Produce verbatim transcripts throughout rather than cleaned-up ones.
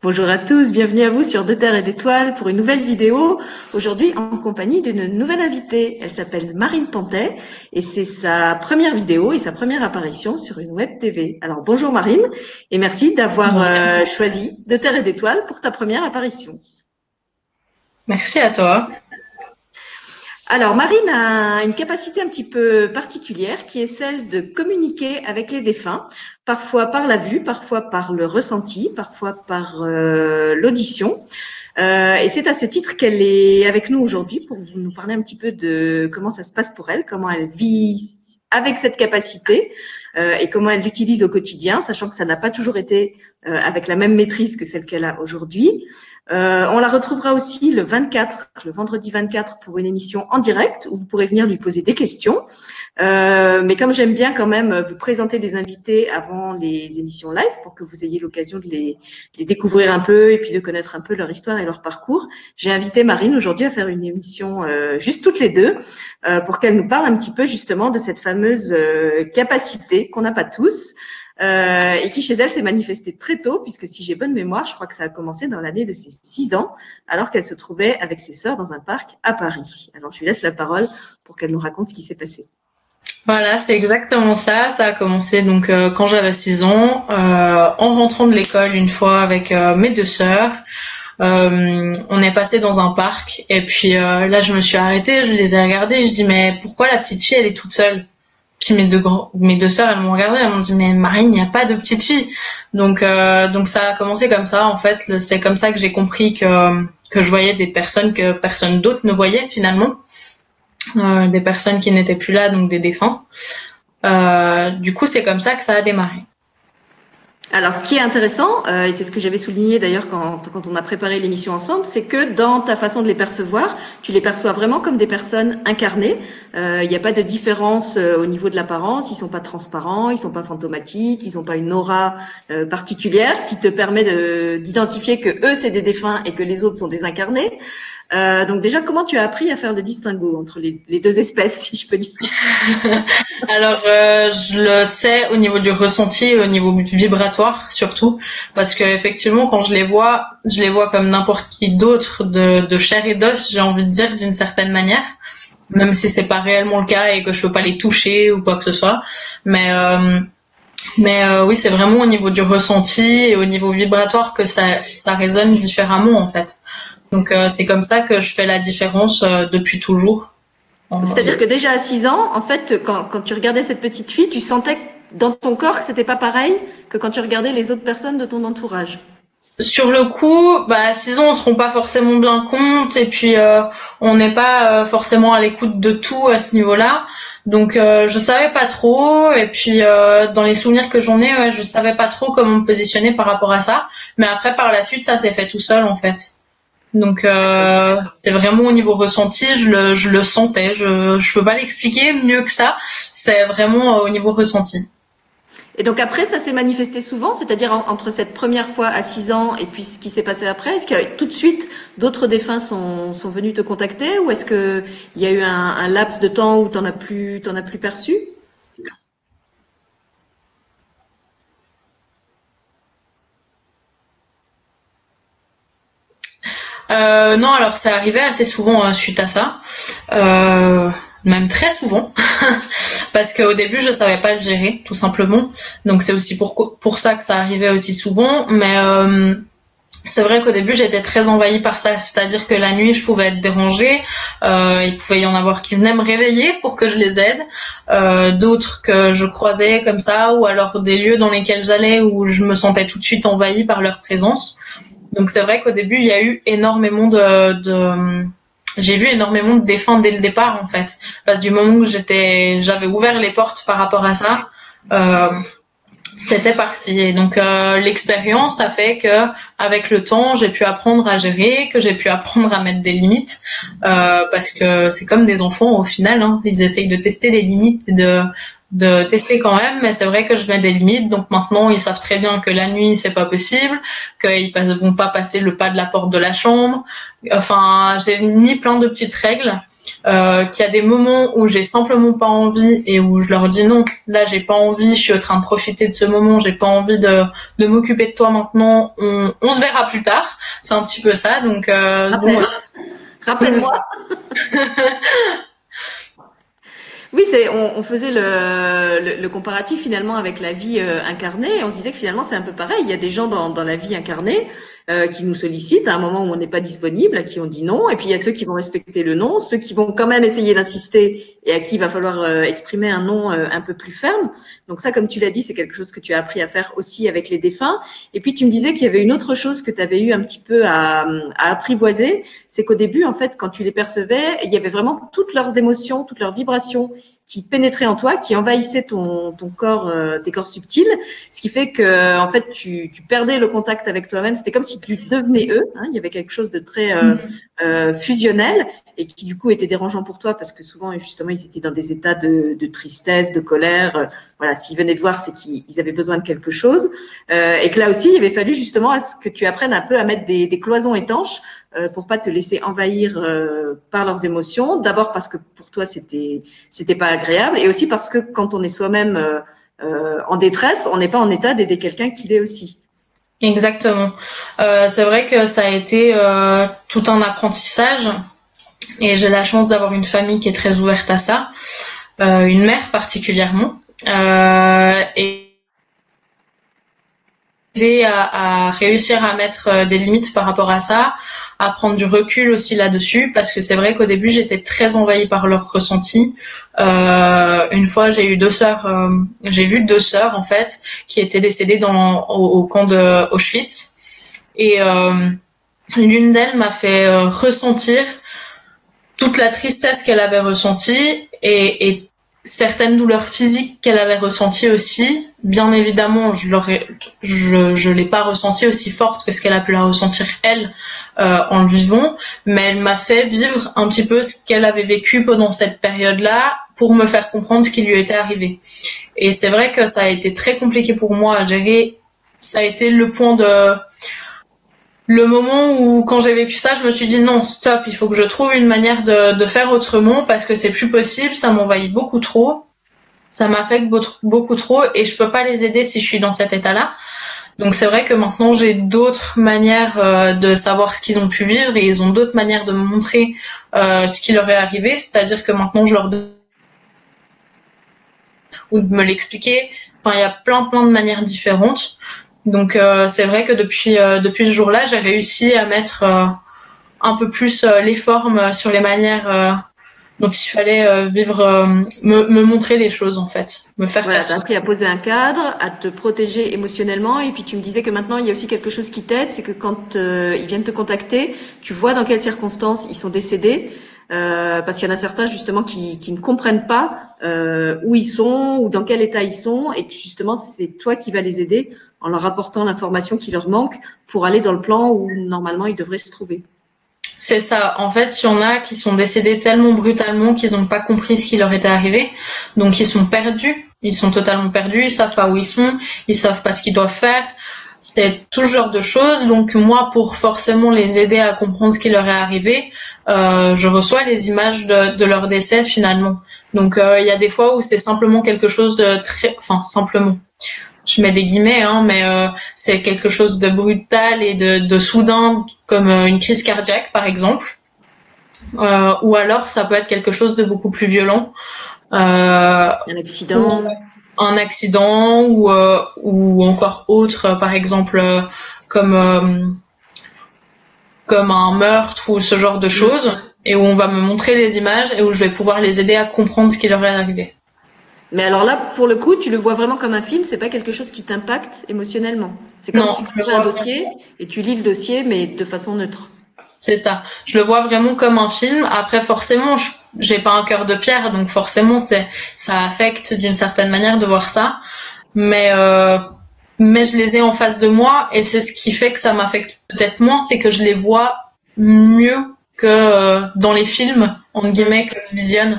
Bonjour à tous, bienvenue à vous sur De Terre et d'Étoiles pour une nouvelle vidéo. Aujourd'hui en compagnie d'une nouvelle invitée. Elle s'appelle Marine Pantet et c'est sa première vidéo et sa première apparition sur une web T V. Alors bonjour Marine et merci d'avoir euh, choisi De Terre et d'Étoiles pour ta première apparition. Merci à toi. Alors Marine a une capacité un petit peu particulière qui est celle de communiquer avec les défunts, parfois par la vue, parfois par le ressenti, parfois par euh, l'audition. Euh, et c'est à ce titre qu'elle est avec nous aujourd'hui pour nous parler un petit peu de comment ça se passe pour elle, comment elle vit avec cette capacité euh, et comment elle l'utilise au quotidien, sachant que ça n'a pas toujours été euh, avec la même maîtrise que celle qu'elle a aujourd'hui. Euh, on la retrouvera aussi le vingt-quatre, le vendredi vingt-quatre, pour une émission en direct où vous pourrez venir lui poser des questions. Euh, mais comme j'aime bien quand même vous présenter des invités avant les émissions live pour que vous ayez l'occasion de les, de les découvrir un peu et puis de connaître un peu leur histoire et leur parcours, j'ai invité Marine aujourd'hui à faire une émission euh, juste toutes les deux euh, pour qu'elle nous parle un petit peu justement de cette fameuse euh, capacité qu'on n'a pas tous. Euh, et qui chez elle s'est manifestée très tôt, puisque si j'ai bonne mémoire, je crois que ça a commencé dans l'année de ses six ans, alors qu'elle se trouvait avec ses sœurs dans un parc à Paris. Alors je lui laisse la parole pour qu'elle nous raconte ce qui s'est passé. Voilà, c'est exactement ça. Ça a commencé donc euh, quand j'avais six ans, euh, en rentrant de l'école une fois avec euh, mes deux sœurs. Euh, on est passé dans un parc et puis euh, là je me suis arrêtée, je les ai regardées, je dis mais pourquoi la petite fille elle est toute seule? Puis mes deux grands, mes deux sœurs, elles m'ont regardé, elles m'ont dit mais Marine, il n'y a pas de petite fille. Donc euh, donc ça a commencé comme ça en fait. C'est comme ça que j'ai compris que que je voyais des personnes que personne d'autre ne voyait finalement, euh, des personnes qui n'étaient plus là, donc des défunts. Euh, du coup c'est comme ça que ça a démarré. Alors, ce qui est intéressant, euh, et c'est ce que j'avais souligné d'ailleurs quand, quand on a préparé l'émission ensemble, c'est que dans ta façon de les percevoir, tu les perçois vraiment comme des personnes incarnées. Euh, il n'y a pas de différence euh, au niveau de l'apparence, ils sont pas transparents, ils sont pas fantomatiques, ils ont pas une aura euh, particulière qui te permet de, d'identifier que eux c'est des défunts et que les autres sont des incarnés. Euh, donc déjà, comment tu as appris à faire le distinguo entre les, les deux espèces, si je peux dire? Alors, euh, je le sais au niveau du ressenti, au niveau vibratoire surtout, parce que effectivement, quand je les vois, je les vois comme n'importe qui d'autre de, de chair et d'os, j'ai envie de dire d'une certaine manière, même si c'est pas réellement le cas et que je peux pas les toucher ou quoi que ce soit. Mais euh, mais euh, oui, c'est vraiment au niveau du ressenti et au niveau vibratoire que ça ça résonne différemment en fait. Donc euh, c'est comme ça que je fais la différence euh, depuis toujours. C'est-à-dire que déjà à six ans, en fait, quand, quand tu regardais cette petite fille, tu sentais dans ton corps que c'était pas pareil que quand tu regardais les autres personnes de ton entourage. Sur le coup, bah, à six ans, on se rend pas forcément bien compte et puis euh, on n'est pas euh, forcément à l'écoute de tout à ce niveau-là. Donc euh, je savais pas trop et puis euh, dans les souvenirs que j'en ai, ouais, je savais pas trop comment me positionner par rapport à ça. Mais après, par la suite, ça s'est fait tout seul en fait. Donc euh, c'est vraiment au niveau ressenti, je le, je le sentais. Je, je peux pas l'expliquer mieux que ça. C'est vraiment au niveau ressenti. Et donc après, ça s'est manifesté souvent, c'est-à-dire en, entre cette première fois à six ans et puis ce qui s'est passé après. Est-ce que tout de suite d'autres défunts sont, sont venus te contacter ou est-ce que il y a eu un, un laps de temps où t'en as plus, t'en as plus perçu? Euh, non, alors ça arrivait assez souvent euh, suite à ça, euh, même très souvent, parce qu'au début je savais pas le gérer, tout simplement. Donc c'est aussi pour pour ça que ça arrivait aussi souvent. Mais euh, c'est vrai qu'au début j'étais très envahie par ça, c'est-à-dire que la nuit je pouvais être dérangée, euh, il pouvait y en avoir qui venaient me réveiller pour que je les aide, euh, d'autres que je croisais comme ça, ou alors des lieux dans lesquels j'allais où je me sentais tout de suite envahie par leur présence. Donc c'est vrai qu'au début il y a eu énormément de, de... j'ai vu énormément de défunts dès le départ en fait, parce que du moment où j'étais, j'avais ouvert les portes par rapport à ça, euh, c'était parti. Et donc euh, l'expérience a fait que avec le temps j'ai pu apprendre à gérer, que j'ai pu apprendre à mettre des limites, euh, parce que c'est comme des enfants au final, hein, ils essayent de tester les limites et de de tester quand même, mais c'est vrai que je mets des limites. Donc maintenant, ils savent très bien que la nuit, c'est pas possible, qu'ils ne vont pas passer le pas de la porte de la chambre. Enfin, j'ai mis plein de petites règles, euh, qu'il y a des moments où j'ai simplement pas envie et où je leur dis non, là j'ai pas envie, je suis en train de profiter de ce moment, j'ai pas envie de, de m'occuper de toi maintenant, on, on se verra plus tard. C'est un petit peu ça, donc euh, Rappel. bon, ouais. Rappelle-moi. Oui, c'est, on, on faisait le, le, le comparatif finalement avec la vie euh, incarnée et on se disait que finalement c'est un peu pareil. Il y a des gens dans, dans la vie incarnée euh, qui nous sollicitent à un moment où on n'est pas disponible, à qui on dit non, et puis il y a ceux qui vont respecter le non, ceux qui vont quand même essayer d'insister et à qui il va falloir euh, exprimer un non euh, un peu plus ferme. Donc ça, comme tu l'as dit, c'est quelque chose que tu as appris à faire aussi avec les défunts. Et puis tu me disais qu'il y avait une autre chose que tu avais eu un petit peu à, à apprivoiser, c'est qu'au début, en fait, quand tu les percevais, il y avait vraiment toutes leurs émotions, toutes leurs vibrations qui pénétraient en toi, qui envahissaient ton, ton corps, euh, tes corps subtils, ce qui fait que en fait tu, tu perdais le contact avec toi-même. C'était comme si tu devenais eux. Hein, il y avait quelque chose de très euh, euh, fusionnel et qui du coup était dérangeant pour toi parce que souvent justement ils étaient dans des états de, de tristesse, de colère. Euh, voilà, s'ils venaient te voir, c'est qu'ils avaient besoin de quelque chose. Euh, et que là aussi, il avait fallu justement à ce que tu apprennes un peu à mettre des, des cloisons étanches euh, pour pas te laisser envahir euh, par leurs émotions. D'abord parce que pour toi c'était c'était pas agréable, et aussi parce que quand on est soi-même euh, euh, en détresse, on n'est pas en état d'aider quelqu'un qui l'est aussi. Exactement. Euh, c'est vrai que ça a été euh, tout un apprentissage et j'ai la chance d'avoir une famille qui est très ouverte à ça, euh, une mère particulièrement, euh, et aider à, à réussir à mettre des limites par rapport à ça, à prendre du recul aussi là-dessus, parce que c'est vrai qu'au début j'étais très envahie par leurs ressentis. Euh, une fois j'ai eu deux sœurs, euh, j'ai vu deux sœurs en fait qui étaient décédées dans au, au camp de Auschwitz, et euh, l'une d'elles m'a fait euh, ressentir toute la tristesse qu'elle avait ressentie et, et certaines douleurs physiques qu'elle avait ressenties aussi. Bien évidemment, je l'aurais, je, je l'ai pas ressentie aussi forte que ce qu'elle a pu la ressentir elle euh, en le vivant, mais elle m'a fait vivre un petit peu ce qu'elle avait vécu pendant cette période-là pour me faire comprendre ce qui lui était arrivé. Et c'est vrai que ça a été très compliqué pour moi à gérer. Ça a été le point de le moment où, quand j'ai vécu ça, je me suis dit non, stop, il faut que je trouve une manière de, de faire autrement parce que c'est plus possible, ça m'envahit beaucoup trop, ça m'affecte beaucoup trop et je peux pas les aider si je suis dans cet état-là. Donc c'est vrai que maintenant j'ai d'autres manières euh, de savoir ce qu'ils ont pu vivre et ils ont d'autres manières de me montrer euh, ce qui leur est arrivé, c'est-à-dire que maintenant je leur donne ou de me l'expliquer. Enfin, il y a plein plein de manières différentes. Donc euh, c'est vrai que depuis euh, depuis ce jour-là, j'ai réussi à mettre euh, un peu plus euh, les formes sur les manières euh, dont il fallait euh, vivre, euh, me, me montrer les choses en fait, me faire. Voilà, t'as appris à poser un cadre, à te protéger émotionnellement, et puis tu me disais que maintenant il y a aussi quelque chose qui t'aide, c'est que quand euh, ils viennent te contacter, tu vois dans quelles circonstances ils sont décédés. Euh, parce qu'il y en a certains justement qui, qui ne comprennent pas euh, où ils sont ou dans quel état ils sont, et que justement c'est toi qui vas les aider en leur apportant l'information qui leur manque pour aller dans le plan où normalement ils devraient se trouver. C'est ça. En fait, il y en a qui sont décédés tellement brutalement qu'ils n'ont pas compris ce qui leur était arrivé. Donc ils sont perdus. Ils sont totalement perdus. Ils savent pas où ils sont. Ils savent pas ce qu'ils doivent faire. C'est tout ce genre de choses. Donc moi, pour forcément les aider à comprendre ce qui leur est arrivé, euh, je reçois les images de, de leur décès finalement. Donc euh, il y a des fois où c'est simplement quelque chose de très, enfin simplement. Je mets des guillemets, hein, mais euh, c'est quelque chose de brutal et de, de soudain, comme euh, une crise cardiaque par exemple. Euh, ou alors ça peut être quelque chose de beaucoup plus violent. Euh, un accident. Un accident ou, euh, ou encore autre, par exemple euh, comme euh, comme un meurtre ou ce genre de choses, mmh. Et où on va me montrer les images et où je vais pouvoir les aider à comprendre ce qui leur est arrivé. Mais alors là, pour le coup, tu le vois vraiment comme un film, c'est pas quelque chose qui t'impacte émotionnellement. C'est comme non, si tu fais un dossier et tu lis le dossier, mais de façon neutre. C'est ça. Je le vois vraiment comme un film. Après, forcément, je, j'ai pas un cœur de pierre, donc forcément, c'est, ça affecte d'une certaine manière de voir ça. Mais, euh, mais je les ai en face de moi et c'est ce qui fait que ça m'affecte peut-être moins, c'est que je les vois mieux que euh, dans les films, entre guillemets, que je visionne.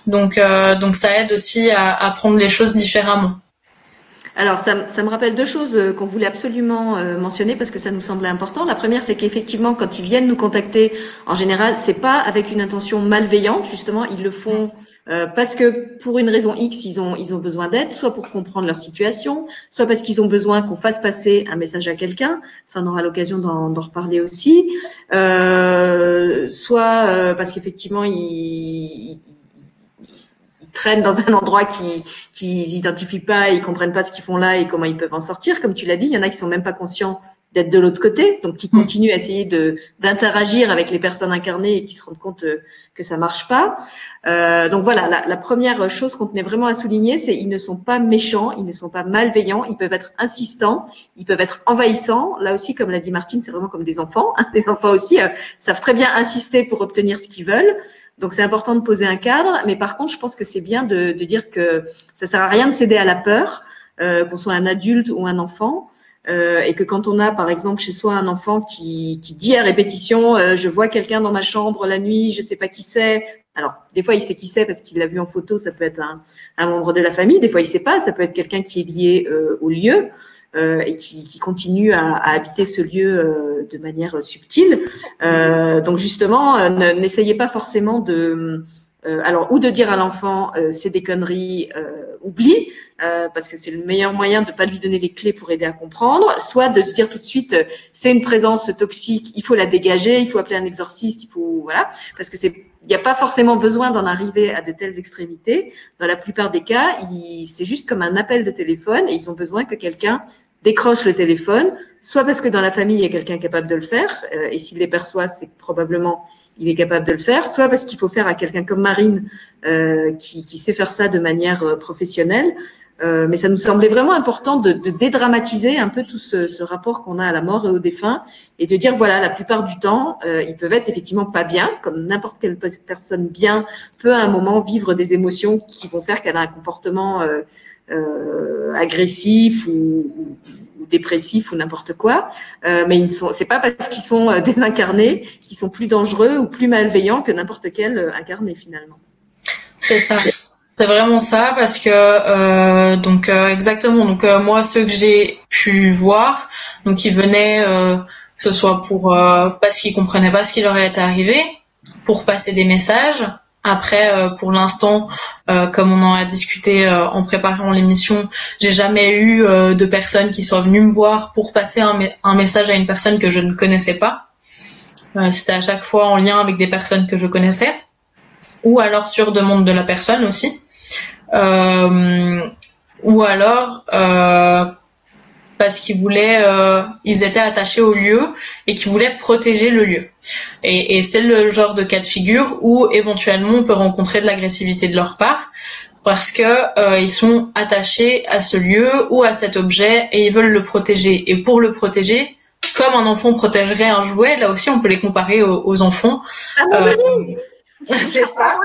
Donc, euh, donc ça aide aussi à, à prendre les choses différemment. Alors, ça, ça me rappelle deux choses qu'on voulait absolument euh, mentionner parce que ça nous semblait important. La première, c'est qu'effectivement, quand ils viennent nous contacter, en général, c'est pas avec une intention malveillante. Justement, ils le font euh, parce que pour une raison X, ils ont ils ont besoin d'aide, soit pour comprendre leur situation, soit parce qu'ils ont besoin qu'on fasse passer un message à quelqu'un. Ça, on aura l'occasion d'en, d'en reparler aussi. Euh, soit euh, parce qu'effectivement, ils traînent dans un endroit qui qu'ils identifient pas, ils comprennent pas ce qu'ils font là et comment ils peuvent en sortir. Comme tu l'as dit, il y en a qui sont même pas conscients d'être de l'autre côté, donc qui continuent à essayer de d'interagir avec les personnes incarnées et qui se rendent compte que ça marche pas. Euh, donc voilà, la, la première chose qu'on tenait vraiment à souligner, c'est ils ne sont pas méchants, ils ne sont pas malveillants, ils peuvent être insistants, ils peuvent être envahissants. Là aussi, comme l'a dit Martine, c'est vraiment comme des enfants. Hein. Les enfants aussi euh, savent très bien insister pour obtenir ce qu'ils veulent. Donc c'est important de poser un cadre, mais par contre, je pense que c'est bien de, de dire que ça sert à rien de céder à la peur, euh, qu'on soit un adulte ou un enfant, euh, et que quand on a, par exemple, chez soi un enfant qui, qui dit à répétition, euh, je vois quelqu'un dans ma chambre la nuit, je sais pas qui c'est. Alors des fois il sait qui c'est parce qu'il l'a vu en photo, ça peut être un, un membre de la famille. Des fois il sait pas, ça peut être quelqu'un qui est lié euh, au lieu. Euh, et qui, qui continue à, à habiter ce lieu euh, de manière subtile. Euh, donc justement, euh, n'essayez pas forcément de, euh, alors ou de dire à l'enfant euh, c'est des conneries, euh, oublie, euh, parce que c'est le meilleur moyen de pas lui donner les clés pour aider à comprendre, soit de se dire tout de suite euh, c'est une présence toxique, il faut la dégager, il faut appeler un exorciste, il faut voilà, parce que c'est il n'y a pas forcément besoin d'en arriver à de telles extrémités. Dans la plupart des cas, il, c'est juste comme un appel de téléphone et ils ont besoin que quelqu'un décroche le téléphone, soit parce que dans la famille, il y a quelqu'un capable de le faire, euh, et s'il les perçoit, c'est que probablement il est capable de le faire, soit parce qu'il faut faire à quelqu'un comme Marine, euh, qui, qui sait faire ça de manière euh, professionnelle. Euh, mais ça nous semblait vraiment important de, de dédramatiser un peu tout ce, ce rapport qu'on a à la mort et aux défunts, et de dire, voilà, la plupart du temps, euh, ils peuvent être effectivement pas bien, comme n'importe quelle personne bien peut à un moment vivre des émotions qui vont faire qu'elle a un comportement euh, Euh, agressifs ou, ou, ou dépressifs ou n'importe quoi, euh, mais ils ne sont, c'est pas parce qu'ils sont euh, désincarnés qu'ils sont plus dangereux ou plus malveillants que n'importe quel euh, incarné finalement. C'est ça, c'est vraiment ça parce que euh, donc euh, exactement. Donc euh, moi ceux que j'ai pu voir, donc ils venaient euh, que ce soit pour euh, parce qu'ils comprenaient pas ce qui leur était arrivé, pour passer des messages. Après, euh, pour l'instant, euh, comme on en a discuté euh, en préparant l'émission, j'ai jamais eu euh, de personnes qui soient venues me voir pour passer un, me- un message à une personne que je ne connaissais pas. Euh, c'était à chaque fois en lien avec des personnes que je connaissais, ou alors sur demande de la personne aussi, euh, ou alors euh, parce qu'ils voulaient, euh, ils étaient attachés au lieu et qu'ils voulaient protéger le lieu. Et, et c'est le genre de cas de figure où éventuellement on peut rencontrer de l'agressivité de leur part parce que euh, ils sont attachés à ce lieu ou à cet objet et ils veulent le protéger. Et pour le protéger, comme un enfant protégerait un jouet, là aussi on peut les comparer aux, aux enfants. Ah, euh, c'est ça.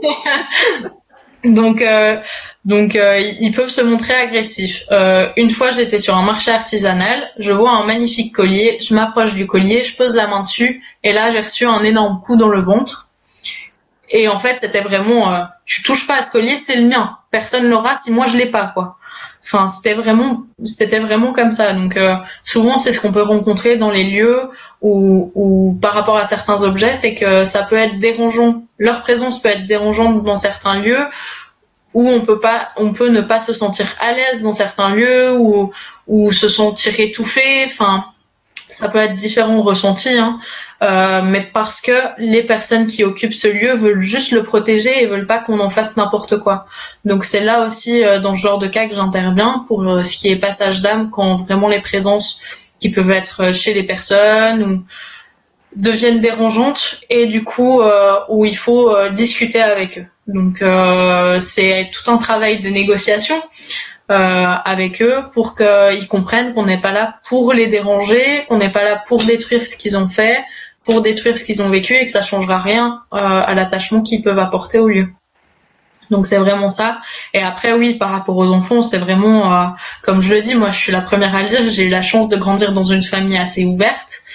Donc, euh, donc euh, ils peuvent se montrer agressifs. Euh, une fois, j'étais sur un marché artisanal, je vois un magnifique collier, je m'approche du collier, je pose la main dessus, et là, j'ai reçu un énorme coup dans le ventre. Et en fait, c'était vraiment, euh, tu touches pas à ce collier, c'est le mien. Personne l'aura si moi je l'ai pas, quoi. Enfin, c'était vraiment, c'était vraiment comme ça. Donc, euh, souvent, c'est ce qu'on peut rencontrer dans les lieux ou, ou par rapport à certains objets, c'est que ça peut être dérangeant. Leur présence peut être dérangeante dans certains lieux, où on peut pas, on peut ne pas se sentir à l'aise dans certains lieux, ou, ou se sentir étouffé. Enfin, ça peut être différents ressentis, hein. Euh, mais parce que les personnes qui occupent ce lieu veulent juste le protéger et veulent pas qu'on en fasse n'importe quoi. Donc c'est là aussi euh, dans ce genre de cas que j'interviens pour euh, ce qui est passage d'âme, quand vraiment les présences qui peuvent être chez les personnes ou deviennent dérangeantes et du coup euh, où il faut euh, discuter avec eux. Donc euh, c'est tout un travail de négociation euh, avec eux pour qu'ils comprennent qu'on n'est pas là pour les déranger, qu'on n'est pas là pour détruire ce qu'ils ont fait, pour détruire ce qu'ils ont vécu et que ça changera rien euh, à l'attachement qu'ils peuvent apporter au lieu. Donc c'est vraiment ça. Et après oui, par rapport aux enfants, c'est vraiment, euh, comme je le dis, moi je suis la première à le dire, j'ai eu la chance de grandir dans une famille assez ouverte.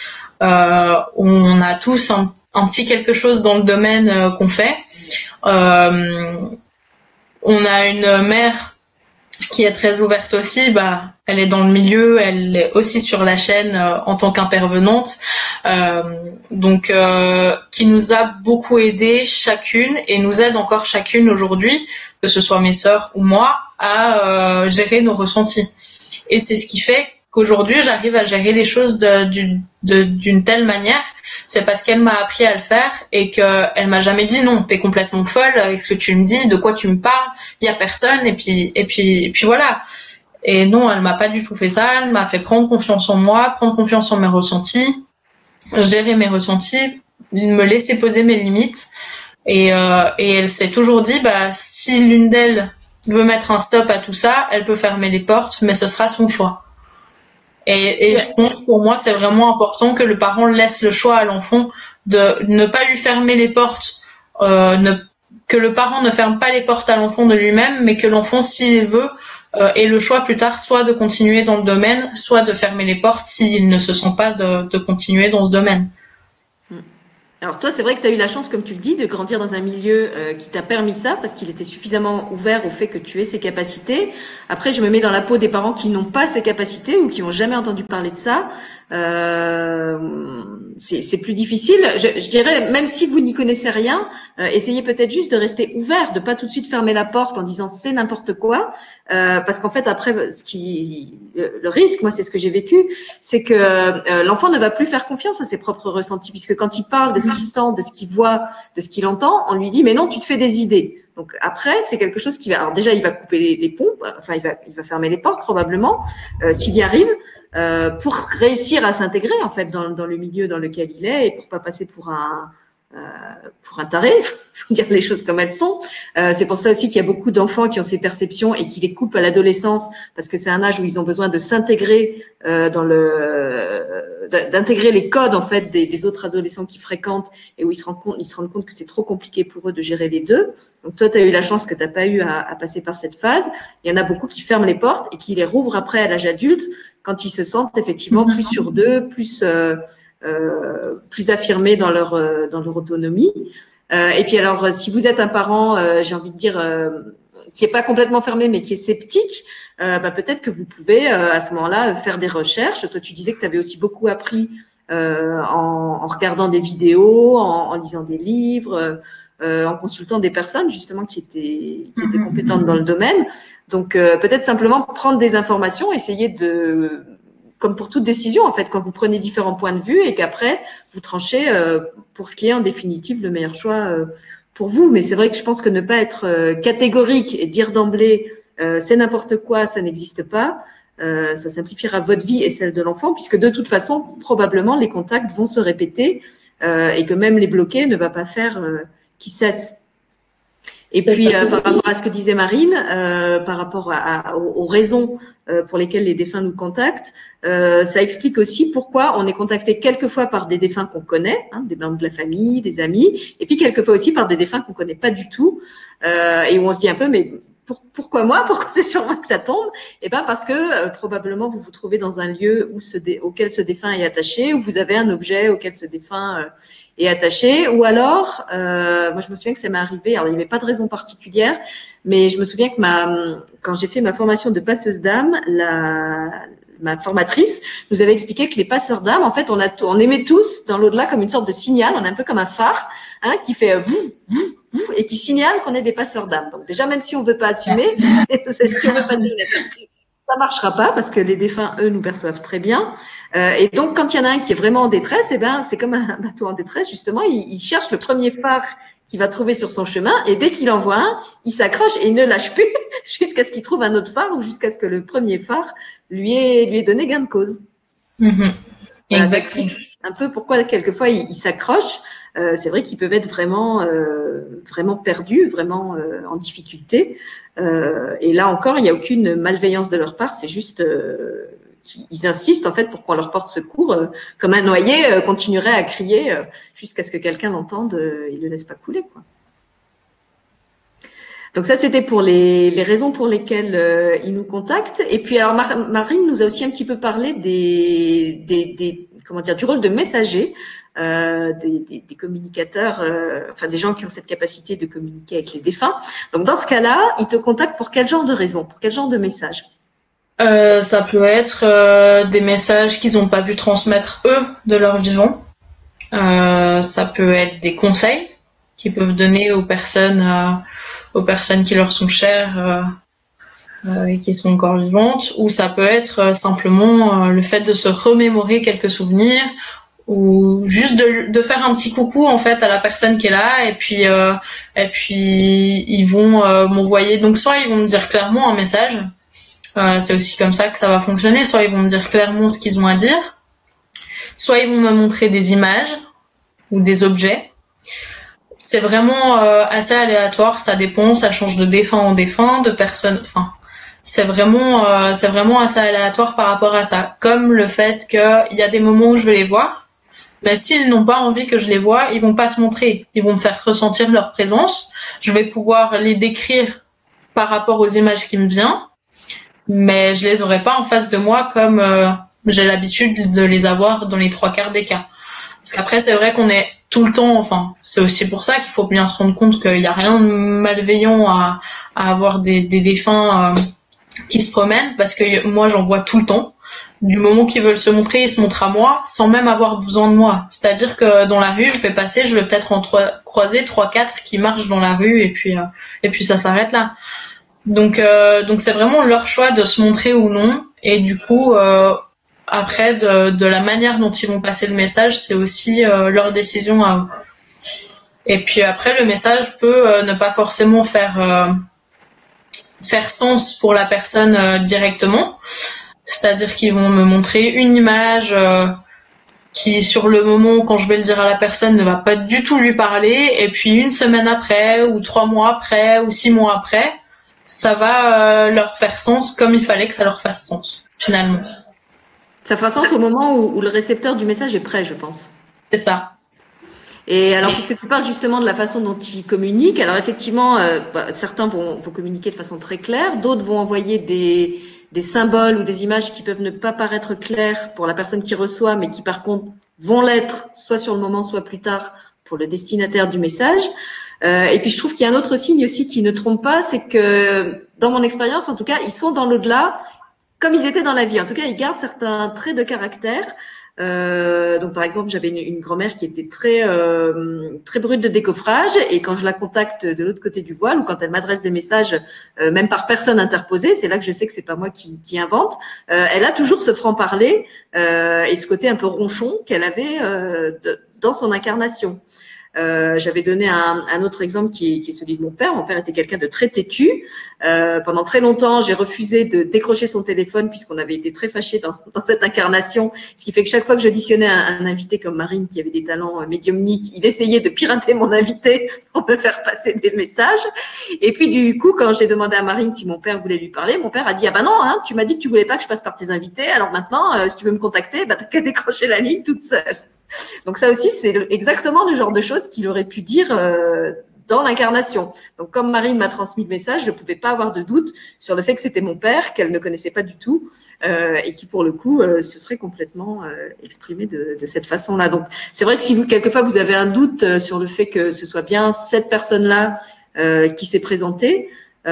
euh, on a tous un, un petit quelque chose dans le domaine euh, qu'on fait. Euh, on a une mère qui est très ouverte aussi, bah, elle est dans le milieu, elle est aussi sur la chaîne euh, en tant qu'intervenante, euh, donc euh, qui nous a beaucoup aidé chacune et nous aide encore chacune aujourd'hui, que ce soit mes sœurs ou moi, à euh, gérer nos ressentis. Et c'est ce qui fait qu'aujourd'hui j'arrive à gérer les choses de, d'une, de, d'une telle manière. C'est parce qu'elle m'a appris à le faire et qu'elle m'a jamais dit non, t'es complètement folle avec ce que tu me dis, de quoi tu me parles, il y a personne et puis et puis et puis voilà. Et non, elle m'a pas du tout fait ça, elle m'a fait prendre confiance en moi, prendre confiance en mes ressentis, gérer mes ressentis, me laisser poser mes limites et euh, et elle s'est toujours dit bah si l'une d'elles veut mettre un stop à tout ça, elle peut fermer les portes, mais ce sera son choix. Et, et je pense pour moi c'est vraiment important que le parent laisse le choix à l'enfant de ne pas lui fermer les portes, euh, ne, que le parent ne ferme pas les portes à l'enfant de lui-même, mais que l'enfant s'il veut euh, ait le choix plus tard soit de continuer dans le domaine, soit de fermer les portes s'il ne se sent pas de, de continuer dans ce domaine. Alors toi, c'est vrai que tu as eu la chance, comme tu le dis, de grandir dans un milieu euh, qui t'a permis ça, parce qu'il était suffisamment ouvert au fait que tu aies ces capacités. Après, je me mets dans la peau des parents qui n'ont pas ces capacités ou qui n'ont jamais entendu parler de ça. Euh, c'est, c'est plus difficile. Je, je dirais, même si vous n'y connaissez rien, euh, essayez peut-être juste de rester ouvert, de pas tout de suite fermer la porte en disant c'est n'importe quoi, euh, parce qu'en fait après, ce qui, le, le risque, moi c'est ce que j'ai vécu, c'est que euh, l'enfant ne va plus faire confiance à ses propres ressentis, puisque quand il parle de ce qu'il sent, de ce qu'il voit, de ce qu'il entend, on lui dit mais non, tu te fais des idées. Donc après, c'est quelque chose qui va. Alors déjà, il va couper les, les pompes, enfin il va, il va fermer les portes probablement, euh, s'il y arrive. Euh, pour réussir à s'intégrer en fait dans, dans le milieu dans lequel il est et pour pas passer pour un euh, pour un taré, faut dire les choses comme elles sont. Euh, c'est pour ça aussi qu'il y a beaucoup d'enfants qui ont ces perceptions et qui les coupent à l'adolescence parce que c'est un âge où ils ont besoin de s'intégrer euh, dans le d'intégrer les codes en fait des, des autres adolescents qui fréquentent et où ils se rendent compte ils se rendent compte que c'est trop compliqué pour eux de gérer les deux. Donc toi, tu as eu la chance que tu n'as pas eu à, à passer par cette phase. Il y en a beaucoup qui ferment les portes et qui les rouvrent après à l'âge adulte quand ils se sentent effectivement plus sûrs d'eux, plus euh, euh, plus affirmés dans leur euh, dans leur autonomie. Euh, et puis alors, si vous êtes un parent, euh, j'ai envie de dire euh, qui est pas complètement fermé mais qui est sceptique, euh, bah, peut-être que vous pouvez euh, à ce moment-là faire des recherches. Toi, tu disais que tu avais aussi beaucoup appris euh, en, en regardant des vidéos, en, en lisant des livres. Euh, en consultant des personnes justement qui étaient qui étaient compétentes dans le domaine. Donc euh, peut-être simplement prendre des informations, essayer de, comme pour toute décision en fait, quand vous prenez différents points de vue et qu'après vous tranchez euh, pour ce qui est en définitive le meilleur choix euh, pour vous. Mais c'est vrai que je pense que ne pas être euh, catégorique et dire d'emblée euh, c'est n'importe quoi, ça n'existe pas. Euh, ça simplifiera votre vie et celle de l'enfant, puisque de toute façon probablement les contacts vont se répéter euh, et que même les bloquer ne va pas faire euh, qui cesse. Et puis, euh, par rapport à ce que disait Marine, euh, par rapport à, à, aux, aux raisons euh, pour lesquelles les défunts nous contactent, euh, ça explique aussi pourquoi on est contacté quelquefois par des défunts qu'on connaît, hein, des membres de la famille, des amis, et puis quelquefois aussi par des défunts qu'on connaît pas du tout, euh, et où on se dit un peu, mais pour, pourquoi moi? Pourquoi c'est sur moi que ça tombe? Eh ben parce que euh, probablement vous vous trouvez dans un lieu où ce dé, auquel ce défunt est attaché, où vous avez un objet auquel ce défunt euh, est attaché, ou alors, euh, moi je me souviens que ça m'est arrivé, alors il n'y avait pas de raison particulière, mais je me souviens que ma, quand j'ai fait ma formation de passeuse d'âme, la, ma formatrice nous avait expliqué que les passeurs d'âme, en fait, on, a, on émet tous dans l'au-delà comme une sorte de signal, on est un peu comme un phare, hein, qui fait vous, vous, vous, et qui signale qu'on est des passeurs d'âme. Donc déjà, même si on veut pas assumer, si on veut passer inaperçu, ça marchera pas parce que les défunts, eux, nous perçoivent très bien. Euh, et donc, quand il y en a un qui est vraiment en détresse, eh ben, c'est comme un bateau en détresse, justement. Il, il cherche le premier phare qu'il va trouver sur son chemin, et dès qu'il en voit un, il s'accroche et il ne lâche plus jusqu'à ce qu'il trouve un autre phare ou jusqu'à ce que le premier phare lui ait, lui ait donné gain de cause. Mm-hmm. Voilà, ça explique un peu pourquoi quelquefois ils il s'accrochent. Euh, c'est vrai qu'ils peuvent être vraiment, euh, vraiment perdus, vraiment euh, en difficulté. Euh, et là encore, il n'y a aucune malveillance de leur part. C'est juste euh, qu'ils insistent en fait pour qu'on leur porte secours, euh, comme un noyé euh, continuerait à crier euh, jusqu'à ce que quelqu'un l'entende euh, et ne le laisse pas couler, quoi. Donc ça, c'était pour les, les raisons pour lesquelles euh, ils nous contactent. Et puis alors Mar- Marine nous a aussi un petit peu parlé des, des, des comment dire, du rôle de messager euh, des, des, des communicateurs, euh, enfin des gens qui ont cette capacité de communiquer avec les défunts. Donc dans ce cas-là, ils te contactent pour quel genre de raison, pour quel genre de message? Euh, ça peut être euh, des messages qu'ils n'ont pas pu transmettre eux de leur vivant. Euh, ça peut être des conseils qu'ils peuvent donner aux personnes, euh, aux personnes qui leur sont chères euh, euh, et qui sont encore vivantes. Ou ça peut être euh, simplement euh, le fait de se remémorer quelques souvenirs ou juste de, de faire un petit coucou en fait à la personne qui est là et puis euh, et puis ils vont euh, m'envoyer. Donc soit ils vont me dire clairement un message. Euh, c'est aussi comme ça que ça va fonctionner. Soit ils vont me dire clairement ce qu'ils ont à dire, soit ils vont me montrer des images ou des objets. C'est vraiment euh, assez aléatoire, ça dépend, ça change de défunt en défunt, de personne. Enfin, c'est vraiment, euh, c'est vraiment assez aléatoire par rapport à ça. Comme le fait qu'il y a des moments où je vais les voir, mais s'ils n'ont pas envie que je les voie, ils vont pas se montrer. Ils vont me faire ressentir leur présence. Je vais pouvoir les décrire par rapport aux images qui me viennent. Mais je les aurais pas en face de moi comme euh, j'ai l'habitude de les avoir dans les trois quarts des cas. Parce qu'après, c'est vrai qu'on est tout le temps, enfin, c'est aussi pour ça qu'il faut bien se rendre compte qu'il n'y a rien de malveillant à, à avoir des, des défunts euh, qui se promènent, parce que moi, j'en vois tout le temps. Du moment qu'ils veulent se montrer, ils se montrent à moi, sans même avoir besoin de moi. C'est-à-dire que dans la rue, je vais passer, je vais peut-être en trois, croiser trois, quatre qui marchent dans la rue, et puis, euh, et puis ça s'arrête là. Donc, euh, donc c'est vraiment leur choix de se montrer ou non. Et du coup, euh, après, de, de la manière dont ils vont passer le message, c'est aussi euh, leur décision à eux. Et puis après, le message peut euh, ne pas forcément faire euh, faire sens pour la personne euh, directement. C'est-à-dire qu'ils vont me montrer une image euh, qui, sur le moment, quand je vais le dire à la personne, ne va pas du tout lui parler. Et puis une semaine après, ou trois mois après, ou six mois après, ça va euh, leur faire sens comme il fallait que ça leur fasse sens, finalement. Ça fera sens au moment où, où le récepteur du message est prêt, je pense. C'est ça. Et alors, puisque tu parles justement de la façon dont ils communiquent, alors effectivement, euh, bah, certains vont, vont communiquer de façon très claire, d'autres vont envoyer des, des symboles ou des images qui peuvent ne pas paraître claires pour la personne qui reçoit, mais qui par contre vont l'être soit sur le moment, soit plus tard pour le destinataire du message. Euh, et puis je trouve qu'il y a un autre signe aussi qui ne trompe pas, c'est que dans mon expérience, en tout cas, ils sont dans l'au-delà comme ils étaient dans la vie. En tout cas, ils gardent certains traits de caractère. Euh, donc par exemple, j'avais une, une grand-mère qui était très euh, très brute de décoffrage, et quand je la contacte de l'autre côté du voile, ou quand elle m'adresse des messages, euh, même par personne interposée, c'est là que je sais que c'est pas moi qui, qui invente. Euh, elle a toujours ce franc-parler euh, et ce côté un peu ronchon qu'elle avait euh, de, dans son incarnation. Euh, j'avais donné un, un autre exemple qui est, qui est celui de mon père. Mon père était quelqu'un de très têtu. Euh, pendant très longtemps, j'ai refusé de décrocher son téléphone puisqu'on avait été très fâchés dans, dans cette incarnation. Ce qui fait que chaque fois que j'auditionnais un, un invité comme Marine qui avait des talents médiumniques, il essayait de pirater mon invité pour me faire passer des messages. Et puis du coup, quand j'ai demandé à Marine si mon père voulait lui parler, mon père a dit « Ah ben non, hein, tu m'as dit que tu voulais pas que je passe par tes invités. Alors maintenant, euh, si tu veux me contacter, bah, t'as qu'à décrocher la ligne toute seule. » Donc ça aussi, c'est exactement le genre de choses qu'il aurait pu dire euh, dans l'incarnation. Donc comme Marine m'a transmis le message, je ne pouvais pas avoir de doute sur le fait que c'était mon père, qu'elle ne connaissait pas du tout, euh, et qui pour le coup euh, se serait complètement euh, exprimé de, de cette façon-là. Donc c'est vrai que si vous, quelquefois vous avez un doute sur le fait que ce soit bien cette personne-là euh, qui s'est présentée,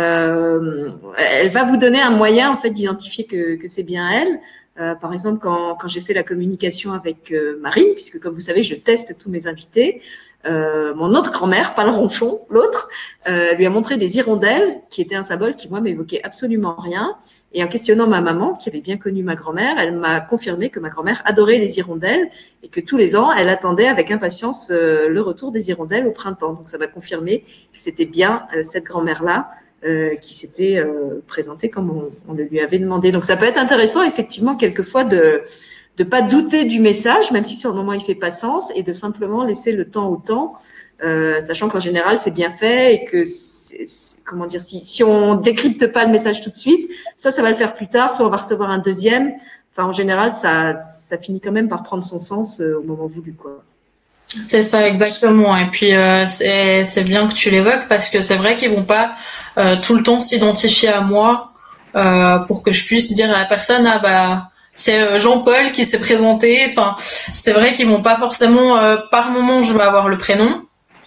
euh, elle va vous donner un moyen en fait d'identifier que, que c'est bien elle. Euh, par exemple, quand, quand j'ai fait la communication avec euh, Marine, puisque comme vous savez, je teste tous mes invités, euh, mon autre grand-mère, pas le ronchon, l'autre, euh, lui a montré des hirondelles, qui étaient un symbole qui, moi, m'évoquait absolument rien. Et en questionnant ma maman, qui avait bien connu ma grand-mère, elle m'a confirmé que ma grand-mère adorait les hirondelles et que tous les ans, elle attendait avec impatience euh, le retour des hirondelles au printemps. Donc, ça m'a confirmé que c'était bien euh, cette grand-mère-là Euh, qui s'était euh, présenté comme on, on le lui avait demandé. Donc ça peut être intéressant effectivement quelquefois de de pas douter du message, même si sur le moment il fait pas sens, et de simplement laisser le temps au temps, euh, sachant qu'en général c'est bien fait et que c'est, c'est, comment dire, si si on décrypte pas le message tout de suite, soit ça va le faire plus tard, soit on va recevoir un deuxième. Enfin en général ça ça finit quand même par prendre son sens euh, au moment voulu quoi. C'est ça exactement. Et puis euh, c'est c'est bien que tu l'évoques parce que c'est vrai qu'ils vont pas euh, tout le temps s'identifier à moi euh, pour que je puisse dire à la personne ah bah c'est euh, Jean-Paul qui s'est présenté. Enfin, c'est vrai qu'ils vont pas forcément. Euh, par moment, je vais avoir le prénom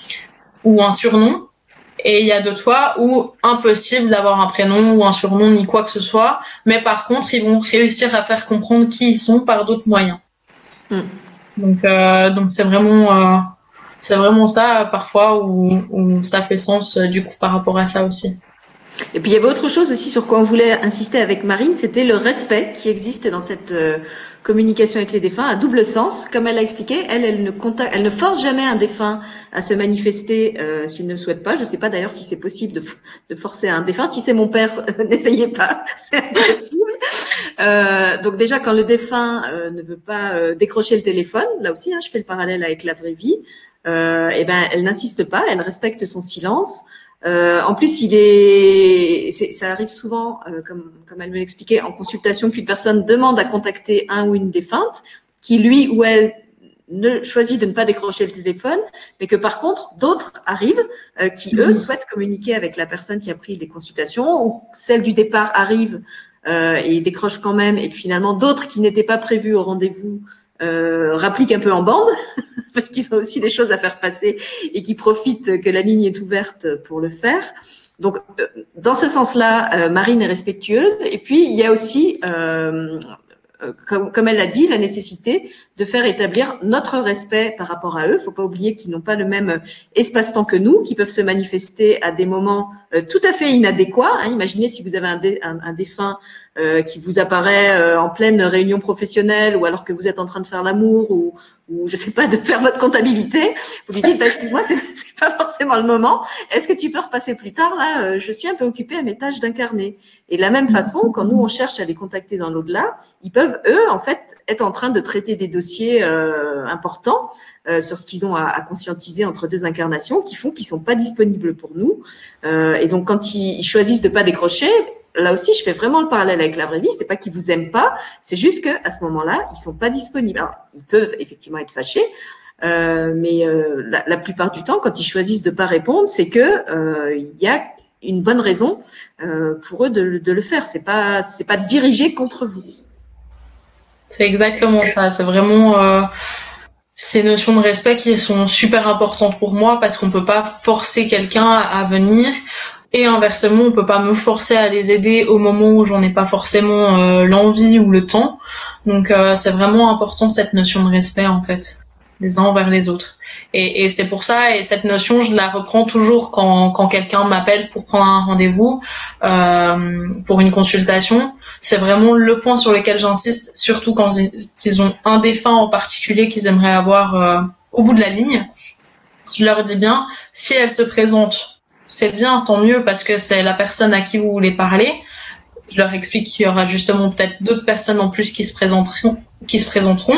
ou un surnom. Et il y a d'autres fois où impossible d'avoir un prénom ou un surnom ni quoi que ce soit. Mais par contre, ils vont réussir à faire comprendre qui ils sont par d'autres moyens. Mm. Donc, euh, donc c'est vraiment, euh, c'est vraiment ça parfois où, où ça fait sens euh, du coup par rapport à ça aussi. Et puis il y avait autre chose aussi sur quoi on voulait insister avec Marine, c'était le respect qui existe dans cette euh, communication avec les défunts à double sens. Comme elle l'a expliqué, elle, elle ne contacte, elle ne force jamais un défunt à se manifester euh, s'il ne souhaite pas. Je ne sais pas d'ailleurs si c'est possible de, de forcer un défunt. Si c'est mon père, n'essayez pas, c'est impossible. Euh, donc déjà, quand le défunt euh, ne veut pas euh, décrocher le téléphone, là aussi, hein, je fais le parallèle avec la vraie vie, euh, et ben, elle n'insiste pas, elle respecte son silence. Euh, en plus, il est, c'est, ça arrive souvent, euh, comme, comme elle me l'expliquait, en consultation, qu'une personne demande à contacter un ou une défunte, qui lui ou elle ne choisit de ne pas décrocher le téléphone, mais que par contre, d'autres arrivent euh, qui, eux, souhaitent communiquer avec la personne qui a pris des consultations, ou celle du départ arrive euh, et décroche quand même, et que finalement, d'autres qui n'étaient pas prévus au rendez-vous euh, rappliquent un peu en bande, parce qu'ils ont aussi des choses à faire passer et qui profitent que la ligne est ouverte pour le faire. Donc, euh, dans ce sens-là, euh, Marine est respectueuse. Et puis, il y a aussi, euh, euh, comme, comme elle l'a dit, la nécessité de faire établir notre respect par rapport à eux. Il ne faut pas oublier qu'ils n'ont pas le même espace-temps que nous, qui peuvent se manifester à des moments euh, tout à fait inadéquats. Hein. Imaginez si vous avez un, dé, un, un défunt euh, qui vous apparaît euh, en pleine réunion professionnelle ou alors que vous êtes en train de faire l'amour ou, ou je sais pas, de faire votre comptabilité. Vous lui dites, bah, excuse-moi, c'est, c'est pas forcément le moment. Est-ce que tu peux repasser plus tard? Là, euh, je suis un peu occupée à mes tâches d'incarner. Et de la même façon, quand nous, on cherche à les contacter dans l'au-delà, ils peuvent, eux, en fait, être en train de traiter des dossiers euh, importants euh, sur ce qu'ils ont à, à conscientiser entre deux incarnations qui font qu'ils sont pas disponibles pour nous. Euh, et donc, quand ils, ils choisissent de pas décrocher, là aussi, je fais vraiment le parallèle avec la vraie vie. C'est pas qu'ils vous aiment pas, c'est juste que à ce moment-là, ils sont pas disponibles. Alors, ils peuvent effectivement être fâchés, euh, mais euh, la, la plupart du temps, quand ils choisissent de pas répondre, c'est que euh, il y a une bonne raison euh, pour eux de, de le faire. C'est pas, c'est pas dirigé contre vous. C'est exactement ça. C'est vraiment euh, ces notions de respect qui sont super importantes pour moi parce qu'on peut pas forcer quelqu'un à venir. Et inversement, on peut pas me forcer à les aider au moment où j'en ai pas forcément euh, l'envie ou le temps. Donc euh, c'est vraiment important cette notion de respect en fait, les uns envers les autres. Et, et c'est pour ça, et cette notion, je la reprends toujours quand, quand quelqu'un m'appelle pour prendre un rendez-vous, euh, pour une consultation. C'est vraiment le point sur lequel j'insiste, surtout quand ils ont un défunt en particulier qu'ils aimeraient avoir euh, au bout de la ligne. Je leur dis bien, si elle se présente, c'est bien, tant mieux, parce que c'est la personne à qui vous voulez parler. Je leur explique qu'il y aura justement peut-être d'autres personnes en plus qui se présenteront, qui se présenteront.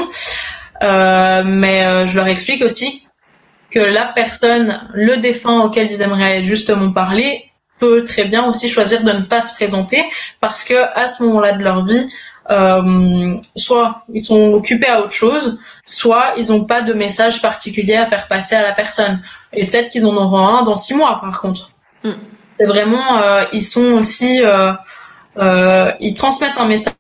Euh, mais euh, je leur explique aussi que la personne, le défunt auquel ils aimeraient justement parler, peut très bien aussi choisir de ne pas se présenter parce que à ce moment-là de leur vie, euh, soit ils sont occupés à autre chose, soit ils n'ont pas de message particulier à faire passer à la personne. Et peut-être qu'ils en auront un dans six mois, par contre. Mm. C'est vraiment, euh, ils sont aussi, euh, euh, ils transmettent un message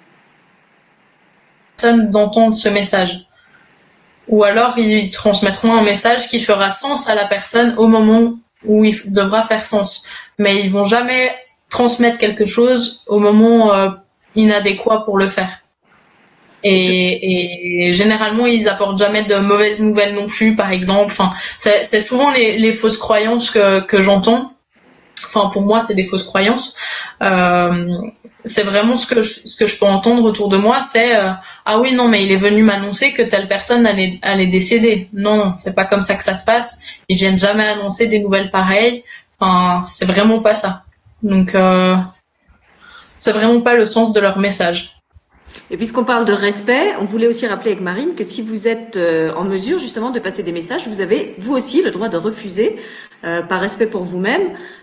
d'entendre ce message. Ou alors ils transmettront un message qui fera sens à la personne au moment où il devra faire sens. Mais ils vont jamais transmettre quelque chose au moment euh, inadéquat pour le faire. Et, et généralement, ils apportent jamais de mauvaises nouvelles non plus, par exemple. Enfin, c'est, c'est souvent les, les fausses croyances que, que j'entends. Enfin, pour moi, c'est des fausses croyances. Euh, c'est vraiment ce que je, ce que je peux entendre autour de moi, c'est euh, ah oui, non, mais il est venu m'annoncer que telle personne allait, allait décéder. Non, non, c'est pas comme ça que ça se passe. Ils viennent jamais annoncer des nouvelles pareilles. Enfin, c'est vraiment pas ça. Donc, euh, c'est vraiment pas le sens de leur message. Et puisqu'on parle de respect, on voulait aussi rappeler avec Marine que si vous êtes euh, en mesure justement de passer des messages, vous avez vous aussi le droit de refuser euh, par respect pour vous-même.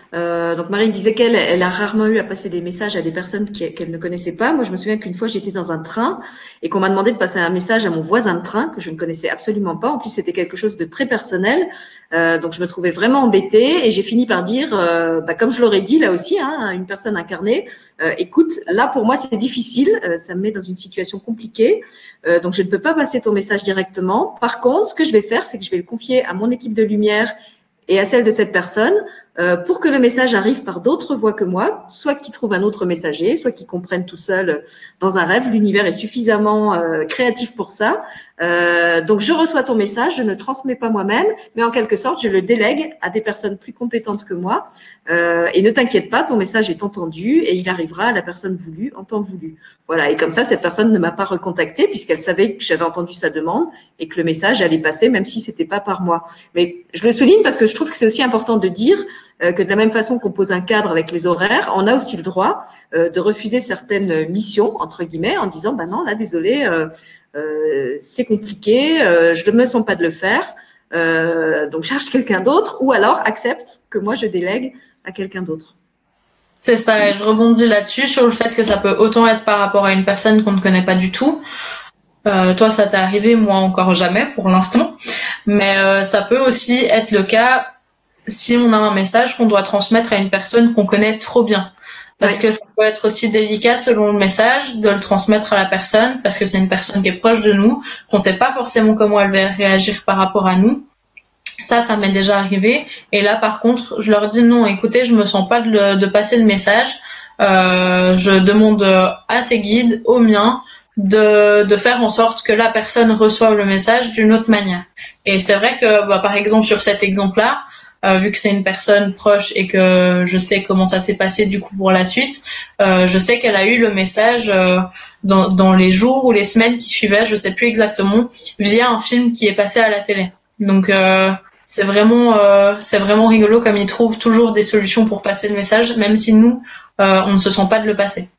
Euh, donc Marine disait qu'elle elle a rarement eu à passer des messages à des personnes qu'elle ne connaissait pas. Moi, je me souviens qu'une fois, j'étais dans un train et qu'on m'a demandé de passer un message à mon voisin de train que je ne connaissais absolument pas. En plus, c'était quelque chose de très personnel. Euh, donc, je me trouvais vraiment embêtée et j'ai fini par dire, euh, bah, comme je l'aurais dit là aussi, hein, à une personne incarnée, euh, écoute, là pour moi c'est difficile, euh, ça me met dans une situation compliquée, euh, donc je ne peux pas passer ton message directement. Par contre, ce que je vais faire, c'est que je vais le confier à mon équipe de lumière et à celle de cette personne euh, pour que le message arrive par d'autres voies que moi, soit qu'ils trouvent un autre messager, soit qu'ils comprennent tout seuls dans un rêve. L'univers est suffisamment euh, créatif pour ça. Euh, donc, je reçois ton message, je ne transmets pas moi-même, mais en quelque sorte, je le délègue à des personnes plus compétentes que moi. Euh, et ne t'inquiète pas, ton message est entendu et il arrivera à la personne voulue en temps voulu. Voilà. Et comme ça, cette personne ne m'a pas recontacté puisqu'elle savait que j'avais entendu sa demande et que le message allait passer, même si c'était pas par moi. Mais je le souligne parce que je trouve que c'est aussi important de dire euh, que de la même façon qu'on pose un cadre avec les horaires, on a aussi le droit euh, de refuser certaines missions, entre guillemets, en disant, bah non, là, désolé, euh, euh, c'est compliqué, euh, je ne me sens pas de le faire, euh, donc cherche quelqu'un d'autre, ou alors accepte que moi, je délègue à quelqu'un d'autre. C'est ça, et je rebondis là-dessus, sur le fait que ça peut autant être par rapport à une personne qu'on ne connaît pas du tout. Euh, toi, ça t'est arrivé, moi encore jamais pour l'instant. Mais euh, ça peut aussi être le cas si on a un message qu'on doit transmettre à une personne qu'on connaît trop bien. Parce ouais. que ça peut être aussi délicat selon le message de le transmettre à la personne, parce que c'est une personne qui est proche de nous, qu'on sait pas forcément comment elle va réagir par rapport à nous. Ça, ça m'est déjà arrivé. Et là, par contre, je leur dis non, écoutez, je me sens pas de, le, de passer le message. Euh, je demande à ces guides, aux miens, de, de faire en sorte que la personne reçoive le message d'une autre manière. Et c'est vrai que, bah, par exemple, sur cet exemple-là, euh, vu que c'est une personne proche et que je sais comment ça s'est passé du coup pour la suite, euh, je sais qu'elle a eu le message euh, dans, dans les jours ou les semaines qui suivaient, je sais plus exactement, via un film qui est passé à la télé. Donc euh, c'est vraiment euh, c'est vraiment rigolo comme ils trouvent toujours des solutions pour passer le message, même si nous euh, on ne se sent pas de le passer.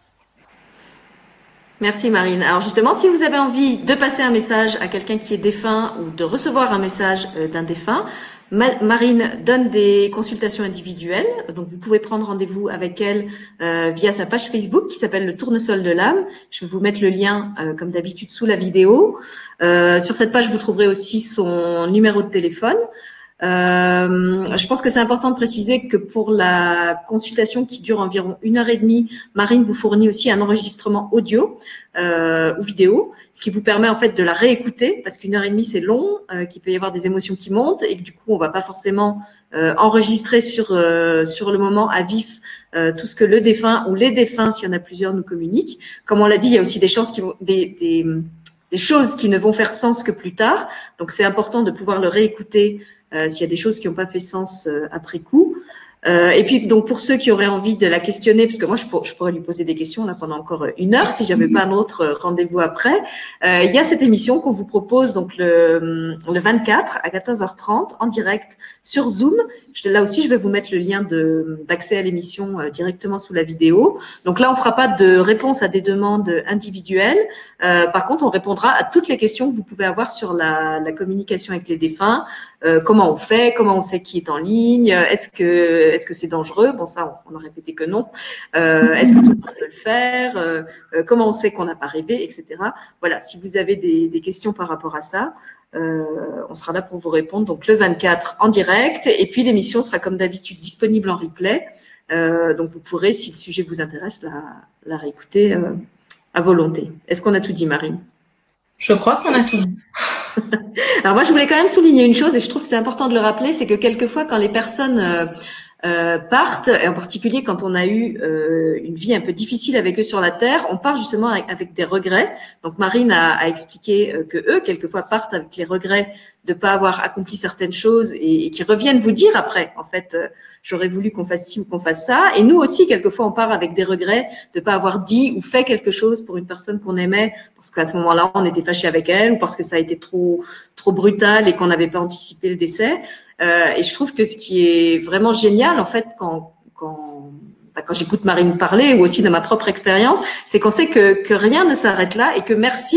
Merci Marine. Alors justement, si vous avez envie de passer un message à quelqu'un qui est défunt ou de recevoir un message d'un défunt, Marine donne des consultations individuelles, donc vous pouvez prendre rendez-vous avec elle euh, via sa page Facebook qui s'appelle le Tournesol de l'âme. Je vais vous mettre le lien euh, comme d'habitude sous la vidéo. Euh, sur cette page, vous trouverez aussi son numéro de téléphone. Euh, je pense que c'est important de préciser que pour la consultation qui dure environ une heure et demie, Marine vous fournit aussi un enregistrement audio euh, ou vidéo, ce qui vous permet en fait de la réécouter parce qu'une heure et demie c'est long, euh, qu'il peut y avoir des émotions qui montent et que du coup on va pas forcément euh, enregistrer sur euh, sur le moment à vif euh, tout ce que le défunt ou les défunts, s'il y en a plusieurs, nous communiquent. Comme on l'a dit, il y a aussi des chances qui vont des, des des choses qui ne vont faire sens que plus tard. Donc c'est important de pouvoir le réécouter. Euh, s'il y a des choses qui n'ont pas fait sens euh, après coup. Euh, et puis, donc, pour ceux qui auraient envie de la questionner, parce que moi, je, pour, je pourrais lui poser des questions là pendant encore une heure, si j'avais pas un autre rendez-vous après, euh, il y a cette émission qu'on vous propose donc le, le vingt-quatre à quatorze heures trente en direct sur Zoom. Je, là aussi, je vais vous mettre le lien de, d'accès à l'émission euh, directement sous la vidéo. Donc là, on fera pas de réponse à des demandes individuelles. Euh, par contre, on répondra à toutes les questions que vous pouvez avoir sur la, la communication avec les défunts. Euh, comment on fait, comment on sait qui est en ligne, est-ce que est-ce que c'est dangereux? Bon, ça, on, on a répété que non. Euh, est-ce que tout le monde peut le faire? euh, euh, Comment on sait qu'on n'a pas rêvé, et cetera. Voilà, si vous avez des, des questions par rapport à ça, euh, on sera là pour vous répondre. Donc le vingt-quatre en direct, et puis l'émission sera comme d'habitude disponible en replay. Euh, donc vous pourrez, si le sujet vous intéresse, la, la réécouter euh, à volonté. Est-ce qu'on a tout dit, Marine? Je crois qu'on a tout dit. Alors moi, je voulais quand même souligner une chose, et je trouve que c'est important de le rappeler, c'est que quelquefois, quand les personnes euh, euh, partent, et en particulier quand on a eu euh, une vie un peu difficile avec eux sur la Terre, on part justement avec, avec des regrets. Donc Marine a, a expliqué euh, que eux, quelquefois, partent avec les regrets de pas avoir accompli certaines choses et, et qui reviennent vous dire après, en fait, euh, j'aurais voulu qu'on fasse ci ou qu'on fasse ça. Et nous aussi, quelquefois, on part avec des regrets de pas avoir dit ou fait quelque chose pour une personne qu'on aimait, parce qu'à ce moment-là, on était fâché avec elle ou parce que ça a été trop trop brutal et qu'on n'avait pas anticipé le décès. Euh, et je trouve que ce qui est vraiment génial, en fait, quand quand bah, quand j'écoute Marine parler ou aussi de ma propre expérience, c'est qu'on sait que que rien ne s'arrête là et que merci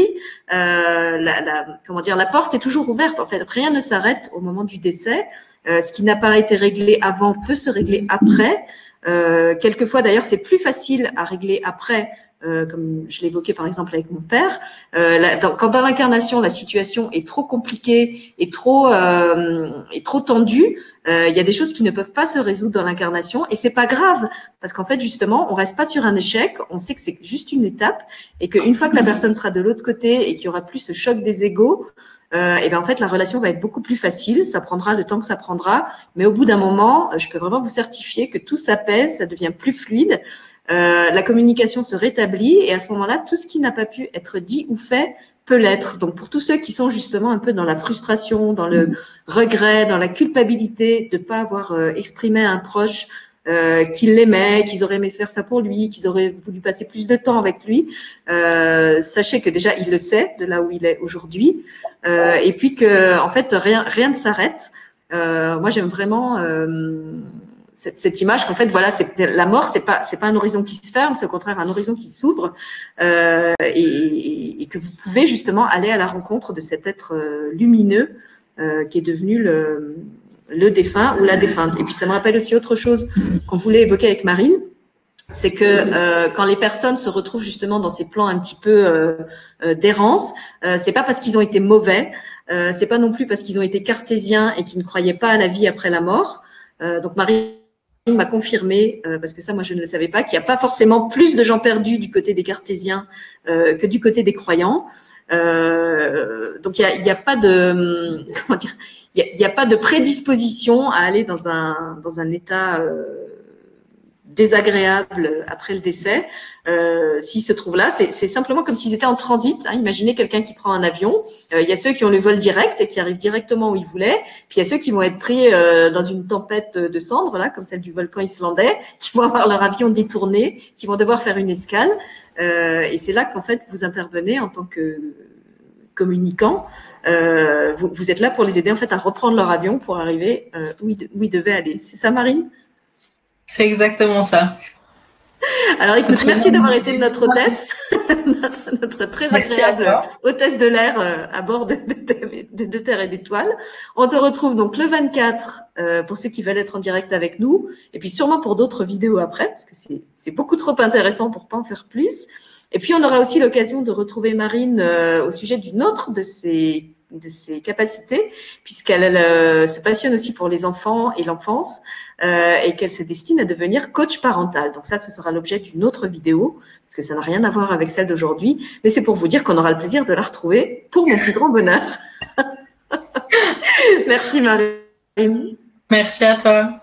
euh, la, la, comment dire, la porte est toujours ouverte. En fait, rien ne s'arrête au moment du décès. Euh, ce qui n'a pas été réglé avant peut se régler après. Euh, quelquefois, d'ailleurs, c'est plus facile à régler après. Euh, comme je l'évoquais par exemple avec mon père, euh, la, dans, quand dans l'incarnation la situation est trop compliquée et trop euh, et trop tendue, euh, il y a des choses qui ne peuvent pas se résoudre dans l'incarnation et c'est pas grave parce qu'en fait justement on reste pas sur un échec, on sait que c'est juste une étape et qu'une fois que la personne sera de l'autre côté et qu'il y aura plus ce choc des égos, euh, et ben en fait la relation va être beaucoup plus facile, ça prendra le temps que ça prendra, mais au bout d'un moment, je peux vraiment vous certifier que tout s'apaise, ça devient plus fluide. Euh, la communication se rétablit et à ce moment-là, tout ce qui n'a pas pu être dit ou fait peut l'être. Donc pour tous ceux qui sont justement un peu dans la frustration, dans le regret, dans la culpabilité de ne pas avoir euh, exprimé à un proche euh, qu'ils l'aimaient, qu'ils auraient aimé faire ça pour lui, qu'ils auraient voulu passer plus de temps avec lui, euh, sachez que déjà il le sait de là où il est aujourd'hui, euh, et puis que en fait rien rien ne s'arrête. Euh, moi j'aime vraiment euh, Cette, cette image qu'en fait voilà, c'est la mort, c'est pas c'est pas un horizon qui se ferme, c'est au contraire un horizon qui s'ouvre, euh, et, et que vous pouvez justement aller à la rencontre de cet être euh, lumineux euh, qui est devenu le, le défunt ou la défunte. Et puis ça me rappelle aussi autre chose qu'on voulait évoquer avec Marine, c'est que euh, quand les personnes se retrouvent justement dans ces plans un petit peu euh, euh, d'errance, euh, c'est pas parce qu'ils ont été mauvais, euh, c'est pas non plus parce qu'ils ont été cartésiens et qu'ils ne croyaient pas à la vie après la mort. Euh, donc Marine m'a confirmé, euh, parce que ça, moi, je ne le savais pas, qu'il n'y a pas forcément plus de gens perdus du côté des cartésiens euh, que du côté des croyants. Euh, donc, il n'y a, il y a pas de, comment dire, il n'y a, a pas de prédisposition à aller dans un dans un état euh, désagréable après le décès. Euh, s'ils se trouvent là, c'est simplement comme s'ils étaient en transit. Hein. Imaginez quelqu'un qui prend un avion. Euh, il y a ceux qui ont le vol direct et qui arrivent directement où ils voulaient. Puis il y a ceux qui vont être pris euh, dans une tempête de cendres, là, comme celle du volcan islandais, qui vont avoir leur avion détourné, qui vont devoir faire une escale. Euh, et c'est là qu'en fait vous intervenez en tant que communicant. Euh, vous, vous êtes là pour les aider en fait à reprendre leur avion pour arriver euh, où, ils, où ils devaient aller. C'est ça, Marine? C'est exactement ça. Alors, écoute, merci d'avoir été notre hôtesse, notre, notre très agréable hôtesse de l'air euh, à bord de, de, de, de Terre et d'Étoiles. On te retrouve donc le vingt-quatre euh, pour ceux qui veulent être en direct avec nous, et puis sûrement pour d'autres vidéos après, parce que c'est beaucoup trop intéressant pour pas en faire plus. Et puis, on aura aussi l'occasion de retrouver Marine euh, au sujet d'une autre de ses de ses capacités, puisqu'elle euh, se passionne aussi pour les enfants et l'enfance, euh, et qu'elle se destine à devenir coach parental. Donc ça, ce sera l'objet d'une autre vidéo, parce que ça n'a rien à voir avec celle d'aujourd'hui, mais c'est pour vous dire qu'on aura le plaisir de la retrouver pour mon plus grand bonheur. Merci Marie. Merci à toi.